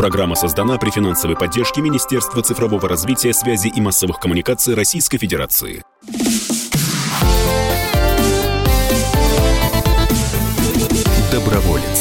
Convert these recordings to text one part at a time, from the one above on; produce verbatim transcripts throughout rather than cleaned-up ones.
Программа создана при финансовой поддержке Министерства цифрового развития, связи и массовых коммуникаций Российской Федерации. Доброволец.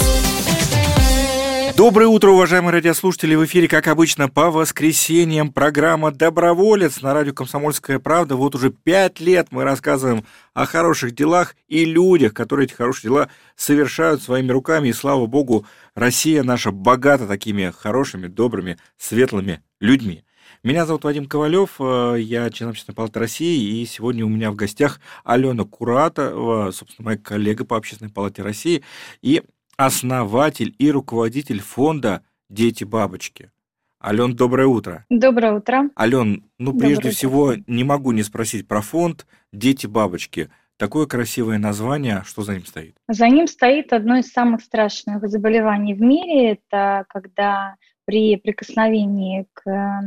Доброе утро, уважаемые радиослушатели! В эфире, как обычно, по воскресеньям программа «Доброволец» на радио «Комсомольская правда». Вот уже пять лет мы рассказываем о хороших делах и людях, которые эти хорошие дела совершают своими руками. И, слава богу, Россия наша богата такими хорошими, добрыми, светлыми людьми. Меня зовут Вадим Ковалев, я член Общественной палаты России, и сегодня у меня в гостях Алена Куратова, собственно, моя коллега по Общественной палате России, и основатель и руководитель фонда «Дети-бабочки». Ален, доброе утро. Доброе утро. Ален, ну Доброе прежде утро. всего не могу не спросить про фонд «Дети-бабочки». Такое красивое название, что за ним стоит? За ним стоит одно из самых страшных заболеваний в мире. Это когда при прикосновении к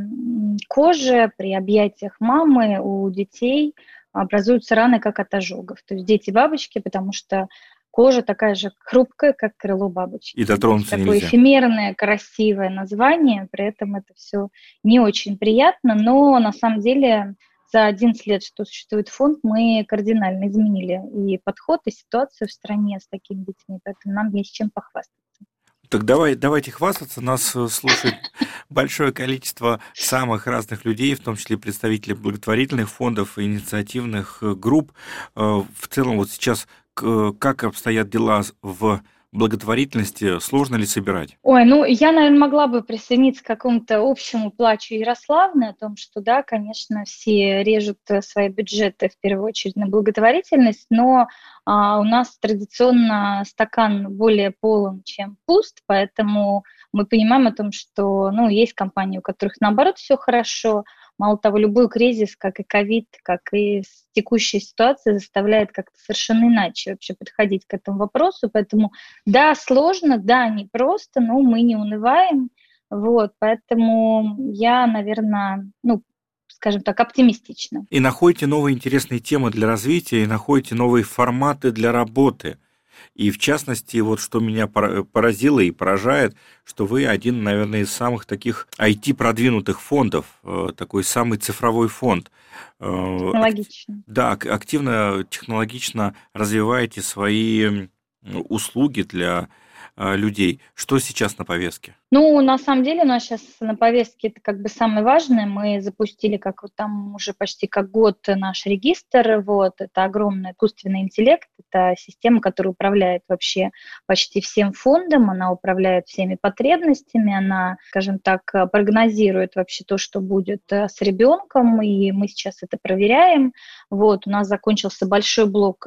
коже, при объятиях мамы у детей образуются раны, как от ожогов. То есть дети-бабочки, потому что кожа такая же хрупкая, как крыло бабочки. И дотронуться такое нельзя. эфемерное, красивое название, при этом это все не очень приятно, но на самом деле за одиннадцать лет, что существует фонд, мы кардинально изменили и подход, и ситуацию в стране с такими детьми, поэтому нам есть чем похвастаться. Так давай, давайте хвастаться. Нас слушает большое количество самых разных людей, в том числе представителей благотворительных фондов и инициативных групп. В целом вот сейчас как обстоят дела в благотворительности, сложно ли собирать? Ой, ну я, наверное, могла бы присоединиться к какому-то общему плачу Ярославны о том, что да, конечно, все режут свои бюджеты в первую очередь на благотворительность, но а, у нас традиционно стакан более полон, чем пуст, поэтому мы понимаем о том, что ну, есть компании, у которых наоборот все хорошо. Мало того, любой кризис, как и ковид, как и текущая ситуация, заставляет как-то совершенно иначе вообще подходить к этому вопросу. Поэтому да, сложно, да, непросто, но мы не унываем. Вот, поэтому я, наверное, ну, скажем так, оптимистична. И находите новые интересные темы для развития, и находите новые форматы для работы. И в частности, вот что меня поразило и поражает, что вы один, наверное, из самых таких ай ти-продвинутых фондов, такой самый цифровой фонд. Технологично. Да, активно, технологично развиваете свои услуги для людей. Что сейчас на повестке? Ну, на самом деле у нас сейчас на повестке это как бы самое важное. Мы запустили как вот там уже почти как год наш регистр. Вот, это огромный искусственный интеллект. Это система, которая управляет вообще почти всем фондом. Она управляет всеми потребностями. Она, скажем так, прогнозирует вообще то, что будет с ребенком. И мы сейчас это проверяем. Вот, у нас закончился большой блок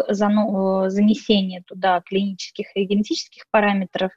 занесения туда клинических и генетических параметров.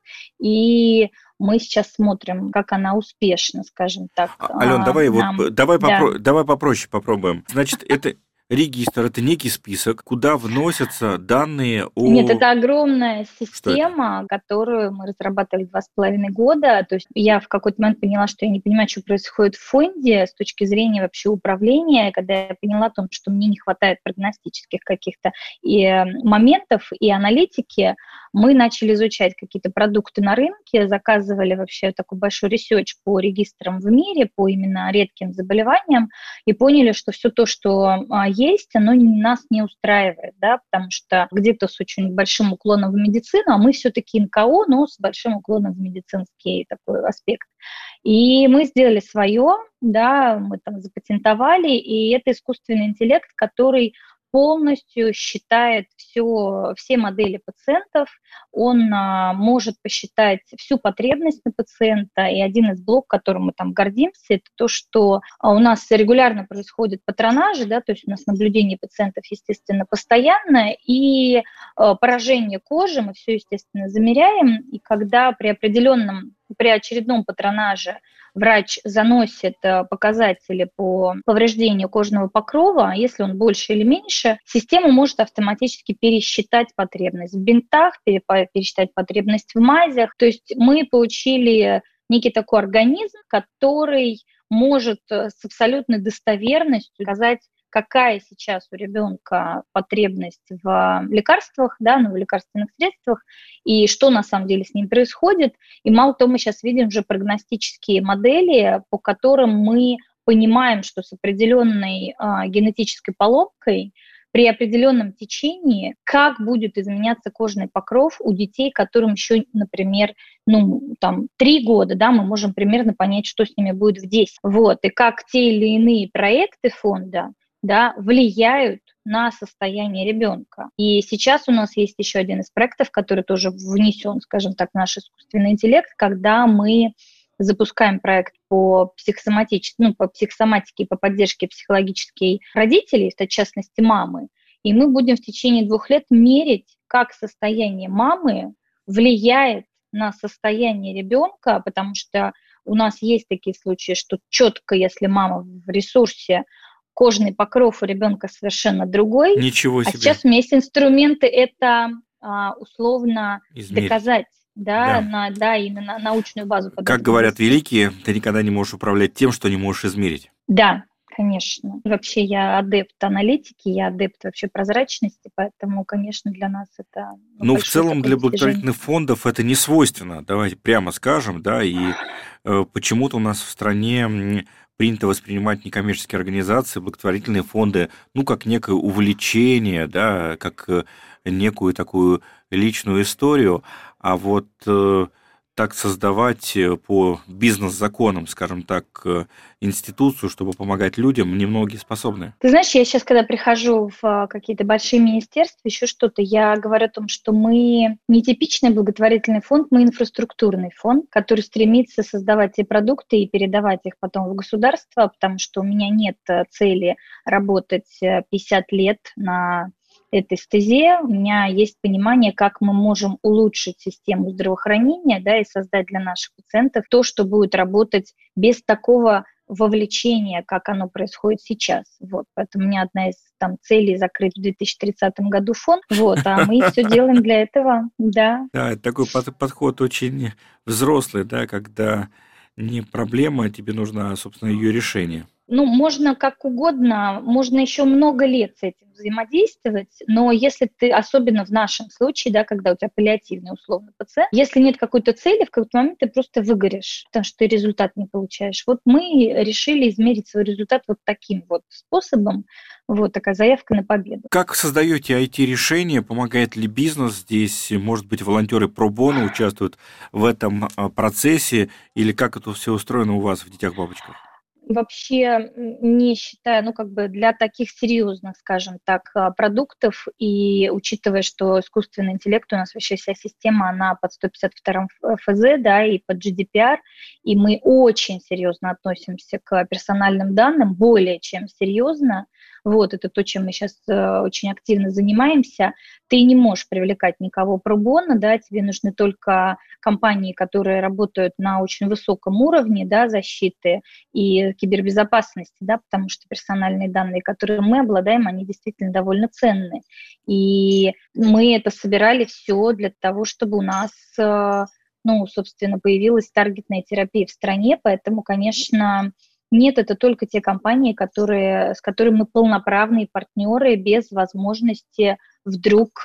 И мы сейчас смотрим, как она успешна, скажем так. Ален, давай, нам... вот, давай, да. попро... давай попроще попробуем. Значит, это регистр, это некий список, куда вносятся данные о... Нет, это огромная система, которую мы разрабатывали два с половиной года. То есть я в какой-то момент поняла, что я не понимаю, что происходит в фонде с точки зрения вообще управления, когда я поняла о том, что мне не хватает прогностических каких-то и моментов и аналитики. Мы начали изучать какие-то продукты на рынке, заказывали вообще такой большой ресерч по регистрам в мире, по именно редким заболеваниям, и поняли, что все то, что есть, оно нас не устраивает, да, потому что где-то с очень большим уклоном в медицину, а мы все-таки эн ка о, но с большим уклоном в медицинский такой аспект. И мы сделали свое, да, мы там запатентовали, и это искусственный интеллект, который полностью считает все, все модели пациентов, он а, может посчитать всю потребность на пациента, и один из блоков, которым мы там гордимся, это то, что а, у нас регулярно происходят патронажи, да, то есть у нас наблюдение пациентов, естественно, постоянное, и а, поражение кожи мы все, естественно, замеряем, и когда при определенном, при очередном патронаже врач заносит показатели по повреждению кожного покрова, если он больше или меньше, система может автоматически пересчитать потребность в бинтах, пересчитать потребность в мазях. То есть мы получили некий такой организм, который может с абсолютной достоверностью сказать, какая сейчас у ребенка потребность в лекарствах, да, ну, в лекарственных средствах, и что на самом деле с ним происходит. И мало того, мы сейчас видим уже прогностические модели, по которым мы понимаем, что с определенной а, генетической поломкой при определенном течении, как будет изменяться кожный покров у детей, которым еще, например, ну, там, три года, да, мы можем примерно понять, что с ними будет в десять. Вот, и как те или иные проекты фонда, да, влияют на состояние ребенка. И сейчас у нас есть еще один из проектов, который тоже внесен, скажем так, в наш искусственный интеллект, когда мы запускаем проект по психосоматической, ну, по психосоматике и по поддержке психологической родителей, в частности мамы, и мы будем в течение двух лет мерить, как состояние мамы влияет на состояние ребенка, потому что у нас есть такие случаи, что четко, если мама в ресурсе, кожный покров у ребенка совершенно другой. Ничего себе. А сейчас у меня есть инструменты это а, условно Измерить. Доказать. Да, Да. На, да, именно на научную базу. Как говорят великие, ты никогда не можешь управлять тем, что не можешь измерить. Да, конечно. Вообще я адепт аналитики, я адепт вообще прозрачности, поэтому, конечно, для нас это... Ну, ну в целом для благотворительных фондов это не свойственно, давайте прямо скажем, да, и э, почему-то у нас в стране принято воспринимать некоммерческие организации, благотворительные фонды, ну, как некое увлечение, да, как некую такую личную историю, а вот э, так создавать по бизнес-законам, скажем так, институцию, чтобы помогать людям, немногие способны. Ты знаешь, я сейчас, когда прихожу в какие-то большие министерства, еще что-то, я говорю о том, что мы не типичный благотворительный фонд, мы инфраструктурный фонд, который стремится создавать те продукты и передавать их потом в государство, потому что у меня нет цели работать пятьдесят лет на этой стезе. У меня есть понимание, как мы можем улучшить систему здравоохранения, да, и создать для наших пациентов то, что будет работать без такого вовлечения, как оно происходит сейчас. Вот. Поэтому у меня одна из там, целей закрыть в две тысячи тридцатом году фонд, вот, а мы все делаем для этого, да. Да, это такой подход очень взрослый, да, когда не проблема, а тебе нужно, собственно, ее решение. Ну, можно как угодно, можно еще много лет с этим взаимодействовать, но если ты, особенно в нашем случае, да, когда у тебя паллиативный условно пациент, если нет какой-то цели, в какой-то момент ты просто выгоришь, потому что ты результат не получаешь. Вот мы решили измерить свой результат вот таким вот способом, вот такая заявка на победу. Как создаете ай ти-решения, помогает ли бизнес здесь, может быть, волонтеры про-боно участвуют в этом процессе, или как это все устроено у вас в «Детях-бабочках»? Вообще не считая, ну, как бы для таких серьезных, скажем так, продуктов, и учитывая, что искусственный интеллект у нас вообще вся система, она под сто пятьдесят вторым эф зэ, да, и под джи ди пи ар, и мы очень серьезно относимся к персональным данным, более чем серьезно. Вот, это то, чем мы сейчас э, очень активно занимаемся. Ты не можешь привлекать никого про-боно, да, тебе нужны только компании, которые работают на очень высоком уровне, да, защиты и кибербезопасности, да, потому что персональные данные, которые мы обладаем, они действительно довольно ценны. И мы это собирали все для того, чтобы у нас, э, ну, собственно, появилась таргетная терапия в стране, поэтому, конечно... Нет, это только те компании, которые, с которыми мы полноправные партнеры без возможности вдруг,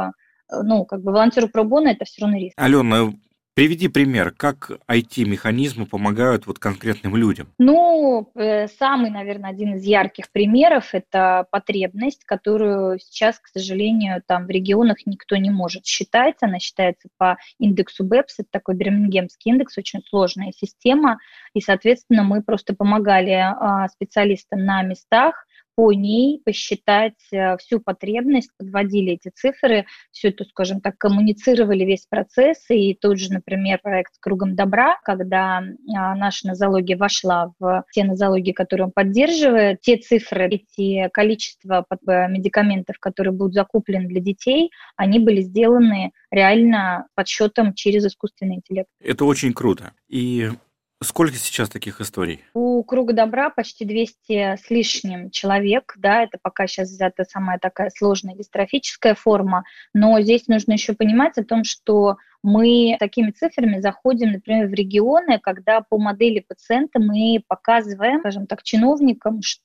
ну, как бы волонтеру про-боно это все равно риск. Алена, приведи пример, как ай ти-механизмы помогают вот конкретным людям? Ну, самый, наверное, один из ярких примеров – это потребность, которую сейчас, к сожалению, там в регионах никто не может считать. Она считается по индексу бэпс, это такой бирмингемский индекс, очень сложная система, и, соответственно, мы просто помогали специалистам на местах по ней посчитать всю потребность, подводили эти цифры, все это, скажем так, коммуницировали весь процесс, и тот же, например, проект «Кругом добра», когда наша нозология вошла в те нозологии, которые он поддерживает, те цифры, эти количество медикаментов, которые будут закуплены для детей, они были сделаны реально подсчетом через искусственный интеллект. Это очень круто. И сколько сейчас таких историй? У «Круга добра» почти двести с лишним человек, да, это пока сейчас взята самая такая сложная дистрофическая форма, но здесь нужно еще понимать о том, что мы такими цифрами заходим, например, в регионы, когда по модели пациента мы показываем, скажем так, чиновникам, что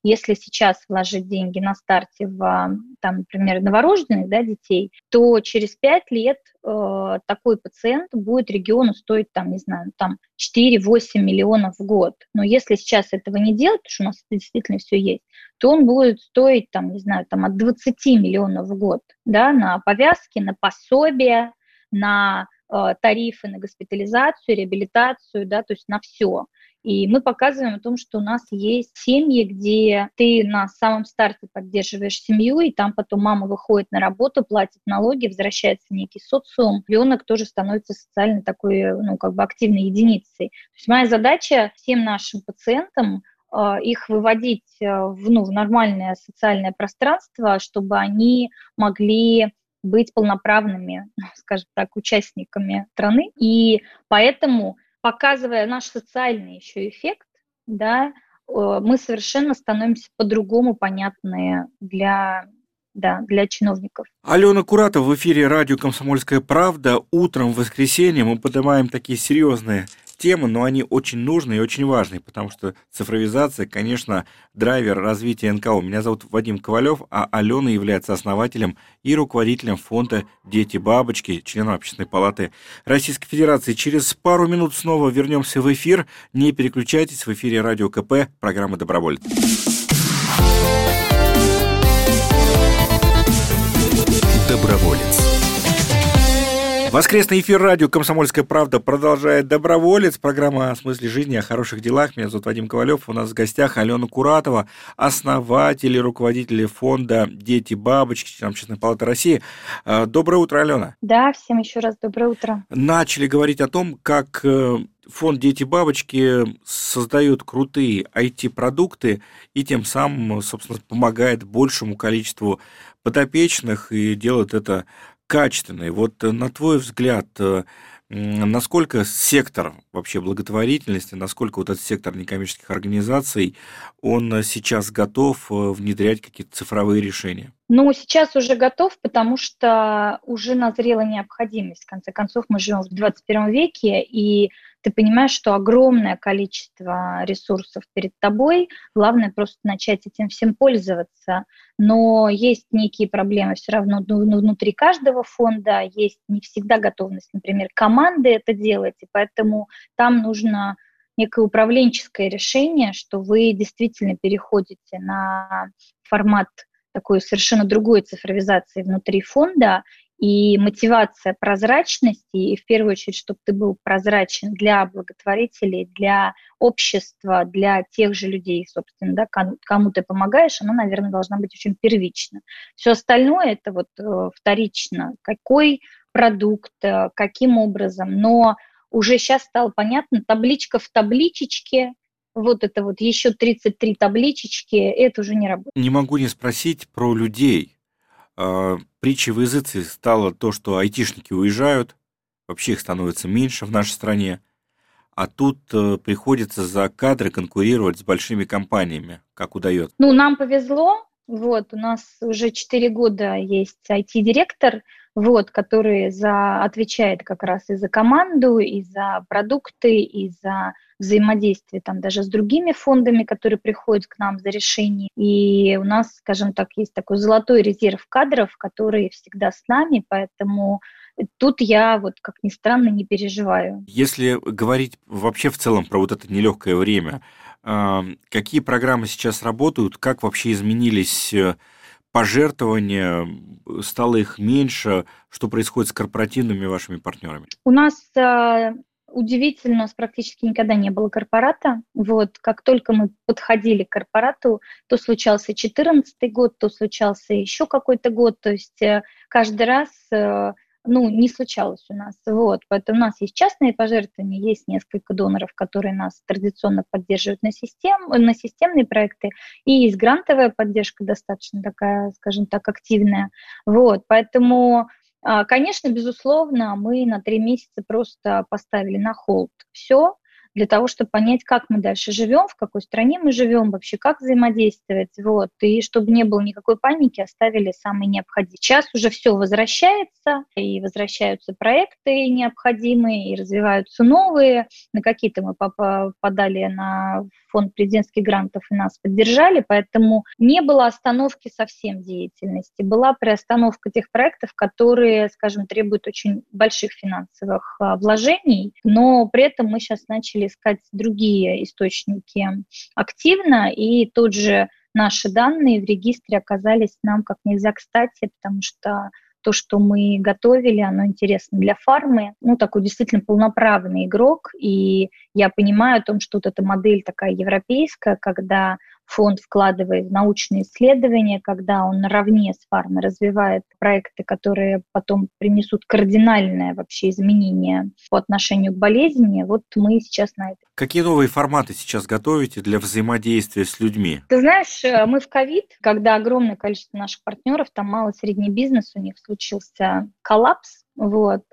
если сейчас вложить деньги на старте в, там, например, новорожденных, да, детей, то через пять лет э, такой пациент будет региону стоить, там, не знаю, там четыре-восемь миллионов в год. Но если сейчас этого не делать, потому что у нас действительно все есть, то он будет стоить, там, не знаю, там, от двадцати миллионов в год, да, на повязки, на пособия, на э, тарифы на госпитализацию, реабилитацию, да, то есть на все. И мы показываем о том, что у нас есть семьи, где ты на самом старте поддерживаешь семью, и там потом мама выходит на работу, платит налоги, возвращается в некий социум, ребенок тоже становится социально такой, ну, как бы активной единицей. То есть моя задача всем нашим пациентам э, их выводить в, ну, в нормальное социальное пространство, чтобы они могли быть полноправными, скажем так, участниками страны. И поэтому, показывая наш социальный еще эффект, да, мы совершенно становимся по-другому понятны для, да, для чиновников. Алена Куратова в эфире радио «Комсомольская правда». Утром в воскресенье мы поднимаем такие серьезные темы, но они очень нужные и очень важные, потому что цифровизация, конечно, драйвер развития эн ка о. Меня зовут Вадим Ковалев, а Алена является основателем и руководителем фонда «Дети-бабочки», членом Общественной палаты Российской Федерации. Через пару минут снова вернемся в эфир. Не переключайтесь, в эфире радио ка пэ, программа «Доброволец». Доброволец. Воскресный эфир радио «Комсомольская правда» продолжает «Доброволец». Программа о смысле жизни, о хороших делах. Меня зовут Вадим Ковалев. У нас в гостях Алена Куратова, основатель и руководитель фонда «Дети-бабочки», член Общественной палаты России. Доброе утро, Алена. Да, всем еще раз доброе утро. Начали говорить о том, как фонд «Дети-бабочки» создает крутые ай ти-продукты и тем самым, собственно, помогает большему количеству подопечных и делает это качественно. И вот на твой взгляд, насколько сектор вообще благотворительности, насколько вот этот сектор некоммерческих организаций, он сейчас готов внедрять какие-то цифровые решения? Ну, сейчас уже готов, потому что уже назрела необходимость. В конце концов, мы живем в двадцать первом веке, и ты понимаешь, что огромное количество ресурсов перед тобой, главное просто начать этим всем пользоваться. Но есть некие проблемы все равно внутри каждого фонда, есть не всегда готовность, например, команды это делать, и поэтому там нужно некое управленческое решение, что вы действительно переходите на формат такой совершенно другой цифровизации внутри фонда, и мотивация прозрачности, и в первую очередь, чтобы ты был прозрачен для благотворителей, для общества, для тех же людей, собственно, да, кому ты помогаешь, она, наверное, должна быть очень первична. Все остальное это вот э, вторично. Какой продукт, э, каким образом, но уже сейчас стало понятно, табличка в табличечке, вот это вот еще тридцать три табличечки, это уже не работает. Не могу не спросить про людей. Притчей в языце стало то, что айтишники уезжают, вообще их становится меньше в нашей стране, а тут приходится за кадры конкурировать с большими компаниями, как удается. Ну, нам повезло, вот, у нас уже четыре года есть ай ти-директор, вот, который за, отвечает как раз и за команду, и за продукты, и за взаимодействие там даже с другими фондами, которые приходят к нам за решением. И у нас, скажем так, есть такой золотой резерв кадров, которые всегда с нами, поэтому тут я, вот как ни странно, не переживаю. Если говорить вообще в целом про вот это нелегкое время, какие программы сейчас работают, как вообще изменились пожертвования, стало их меньше, что происходит с корпоративными вашими партнерами? У нас удивительно, у нас практически никогда не было корпората. Вот, как только мы подходили к корпорату, то случался четырнадцатый год, то случался еще какой-то год. То есть каждый раз, ну, не случалось у нас. Вот, поэтому у нас есть частные пожертвования, есть несколько доноров, которые нас традиционно поддерживают на, систем, на системные проекты, и есть грантовая поддержка достаточно такая, скажем так, активная. Вот, поэтому... Конечно, безусловно, мы на три месяца просто поставили на холд все, для того, чтобы понять, как мы дальше живем, в какой стране мы живем, вообще как взаимодействовать, вот, и чтобы не было никакой паники, оставили самые необходимые. Сейчас уже все возвращается, и возвращаются проекты необходимые, и развиваются новые. На какие-то мы попадали на фонд президентских грантов и нас поддержали, поэтому не было остановки совсем деятельности. Была приостановка тех проектов, которые, скажем, требуют очень больших финансовых а, вложений, но при этом мы сейчас начали искать другие источники активно, и тот же наши данные в регистре оказались нам как нельзя кстати, потому что то, что мы готовили, оно интересно для фармы. Ну, такой действительно полноправный игрок. И я понимаю о том, что вот эта модель такая европейская, когда фонд вкладывает в научные исследования, когда он наравне с фармой развивает проекты, которые потом принесут кардинальное вообще изменение по отношению к болезни. Вот мы сейчас на это. Какие новые форматы сейчас готовите для взаимодействия с людьми? Ты знаешь, мы в ковид, когда огромное количество наших партнеров, там малый и средний бизнес, у них случился коллапс, вот,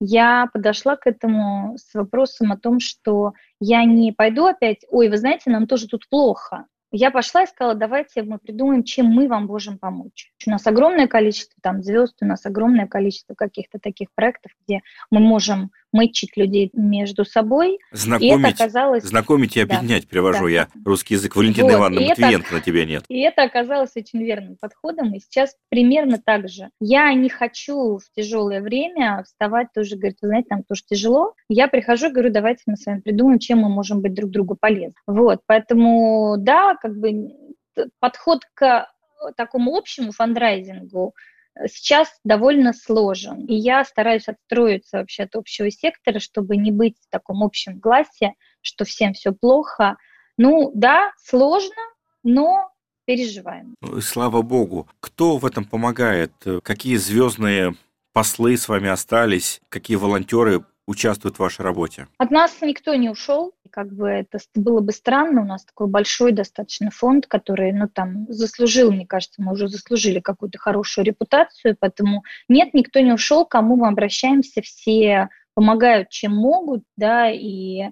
я подошла к этому с вопросом о том, что я не пойду опять, ой, вы знаете, нам тоже тут плохо. Я пошла и сказала, давайте мы придумаем, чем мы вам можем помочь. У нас огромное количество там звезд, у нас огромное количество каких-то таких проектов, где мы можем мэтчить людей между собой. Знакомить, и это оказалось... знакомить и объединять, да, привожу да. я русский язык. Валентина вот, Ивановна, Матвиенко это... на тебя нет. И это оказалось очень верным подходом, и сейчас примерно так же. Я не хочу в тяжелое время вставать тоже, говорить, вы знаете, нам тоже тяжело. Я прихожу и говорю, давайте мы с вами придумаем, чем мы можем быть друг другу полезны. Вот, поэтому, да, как бы подход к такому общему фандрайзингу сейчас довольно сложен. И я стараюсь отстроиться вообще от общего сектора, чтобы не быть в таком общем гласе, что всем все плохо. Ну да, сложно, но переживаем. Слава богу. Кто в этом помогает? Какие звездные послы с вами остались? Какие волонтеры участвуют в вашей работе? От нас никто не ушел. Как бы это было бы странно. У нас такой большой достаточно фонд, который, ну, там, заслужил, мне кажется, мы уже заслужили какую-то хорошую репутацию, поэтому нет, никто не ушел, к кому мы обращаемся, все помогают, чем могут, да, и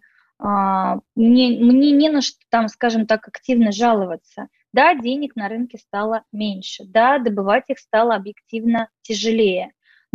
а, мне, мне не на что там, скажем так, активно жаловаться. Да, денег на рынке стало меньше, да, добывать их стало объективно тяжелее,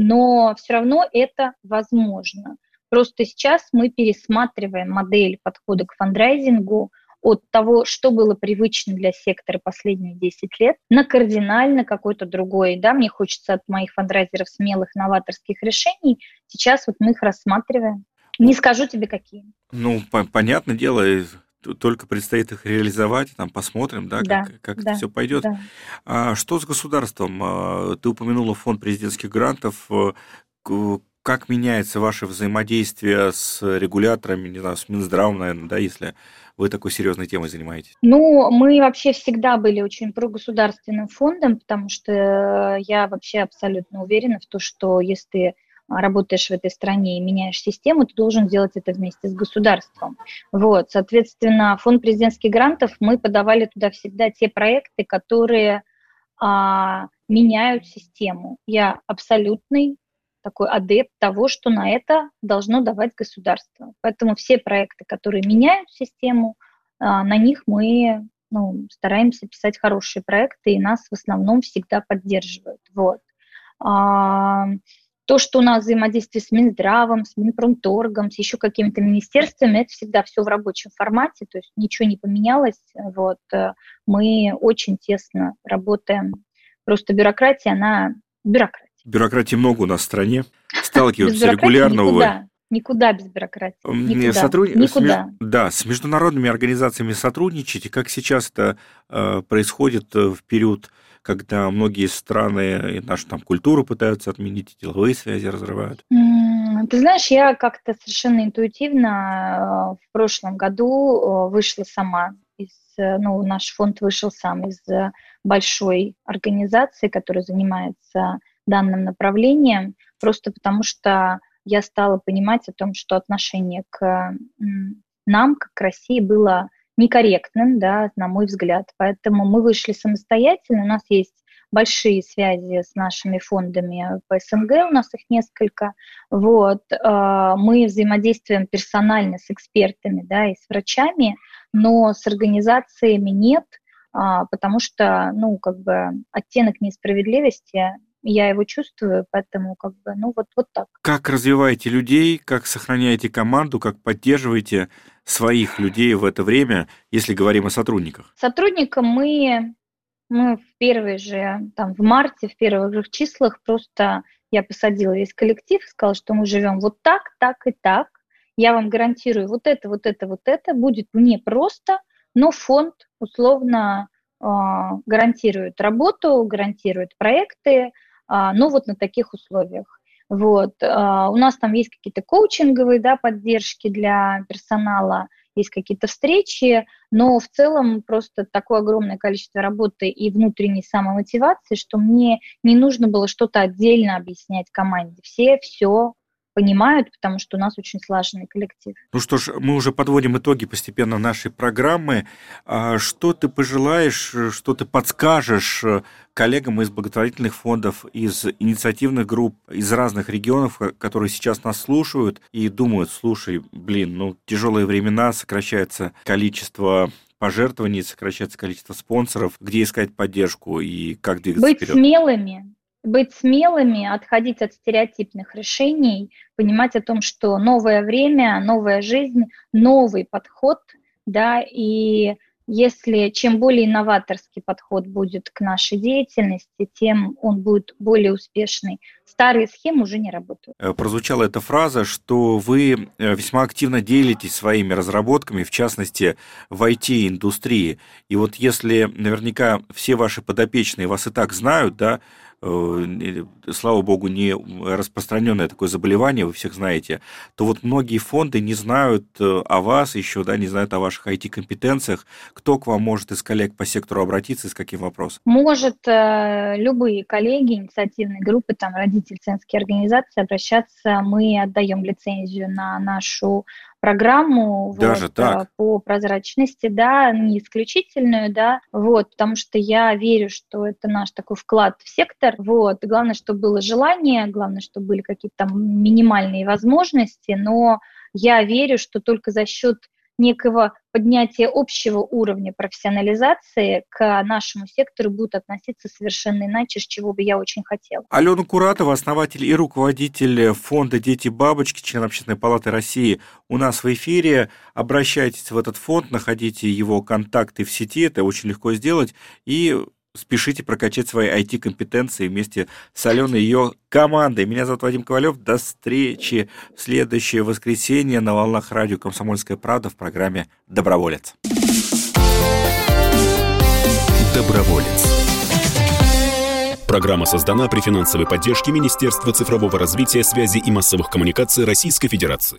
но все равно это возможно. Просто сейчас мы пересматриваем модель подхода к фандрайзингу от того, что было привычно для сектора последние десять лет, на кардинально какой-то другой. Да, мне хочется от моих фандрайзеров смелых новаторских решений. Сейчас вот мы их рассматриваем. Не скажу тебе, какие. Ну, по- понятное дело, только предстоит их реализовать, там посмотрим, да, Да, как, как да, это все пойдет. да. А что с государством? А, Ты упомянула фонд президентских грантов. Э, к- Как меняется ваше взаимодействие с регуляторами, не знаю, с Минздравом, наверное, да, если вы такой серьезной темой занимаетесь? Ну, мы вообще всегда были очень прогосударственным фондом, потому что я вообще абсолютно уверена в том, что если ты работаешь в этой стране и меняешь систему, ты должен делать это вместе с государством. Вот, соответственно, фонд президентских грантов, мы подавали туда всегда те проекты, которые а, меняют систему. Я абсолютный такой адепт того, что на это должно давать государство. Поэтому все проекты, которые меняют систему, а, на них мы ну, стараемся писать хорошие проекты, и нас в основном всегда поддерживают. Вот. А, То, что у нас взаимодействие с Минздравом, с Минпромторгом, с еще какими-то министерствами, это всегда все в рабочем формате, то есть ничего не поменялось. Вот. Мы очень тесно работаем. Просто бюрократия, она бюрократия. Бюрократии много у нас в стране. Сталкиваются регулярно, увы. Никуда, никуда без бюрократии. Никуда. Сотруд... никуда. С... Да, с международными организациями сотрудничаете. Как сейчас это э, происходит в период, когда многие страны нашу там культуру пытаются отменить, деловые связи разрывают? Ты знаешь, я как-то совершенно интуитивно в прошлом году вышла сама из, ну, наш фонд вышел сам из большой организации, которая занимается данным направлением, просто потому что я стала понимать о том, что отношение к нам, как к России, было некорректным, да, на мой взгляд. Поэтому мы вышли самостоятельно, у нас есть большие связи с нашими фондами по СНГ, у нас их несколько. Вот. Мы взаимодействуем персонально с экспертами, да, и с врачами, но с организациями нет, потому что, ну, как бы оттенок несправедливости, я его чувствую, поэтому как бы, ну, вот, вот так. Как развиваете людей, как сохраняете команду, как поддерживаете своих людей в это время, если говорим о сотрудниках? Сотрудникам мы, мы в первые же, там, в марте, в первых же числах просто я посадила весь коллектив и сказала, что мы живем вот так, так и так. Я вам гарантирую вот это, вот это, вот это. Будет непросто, но фонд условно э, гарантирует работу, гарантирует проекты, ну вот на таких условиях. Вот. У нас там есть какие-то коучинговые, да, поддержки для персонала, есть какие-то встречи, но в целом просто такое огромное количество работы и внутренней самомотивации, что мне не нужно было что-то отдельно объяснять команде. Все все понимают, потому что у нас очень слаженный коллектив. Ну что ж, мы уже подводим итоги постепенно нашей программы. Что ты пожелаешь, что ты подскажешь коллегам из благотворительных фондов, из инициативных групп, из разных регионов, которые сейчас нас слушают и думают: слушай, блин, ну тяжелые времена, сокращается количество пожертвований, сокращается количество спонсоров, где искать поддержку и как двигаться Быть вперед? смелыми. Быть смелыми, отходить от стереотипных решений, понимать о том, что новое время, новая жизнь, новый подход, да, и если чем более инноваторский подход будет к нашей деятельности, тем он будет более успешный. Старые схемы уже не работают. Прозвучала эта фраза, что вы весьма активно делитесь своими разработками, в частности, в ай ти-индустрии. И вот если наверняка все ваши подопечные вас и так знают, да, слава богу, не распространенное такое заболевание, вы всех знаете, то вот многие фонды не знают о вас еще, да, не знают о ваших ай ти-компетенциях. Кто к вам может из коллег по сектору обратиться и с каким вопросом? Может любые коллеги инициативной группы, там, родительские организации обращаться. Мы отдаем лицензию на нашу программу Даже вот, так? по прозрачности, да, не исключительную, да, вот, потому что я верю, что это наш такой вклад в сектор, вот, главное, чтобы было желание, главное, чтобы были какие-то там минимальные возможности, но я верю, что только за счет некого поднятия общего уровня профессионализации к нашему сектору будут относиться совершенно иначе, с чего бы я очень хотела. Алена Куратова, основатель и руководитель фонда «Дети-бабочки», член Общественной палаты России, у нас в эфире. Обращайтесь в этот фонд, находите его контакты в сети, это очень легко сделать, и спешите прокачать свои ай ти-компетенции вместе с Аленой и ее командой. Меня зовут Вадим Ковалев. До встречи в следующее воскресенье на волнах радио «Комсомольская правда» в программе «Доброволец». Доброволец. Программа создана при финансовой поддержке Министерства цифрового развития, связи и массовых коммуникаций Российской Федерации.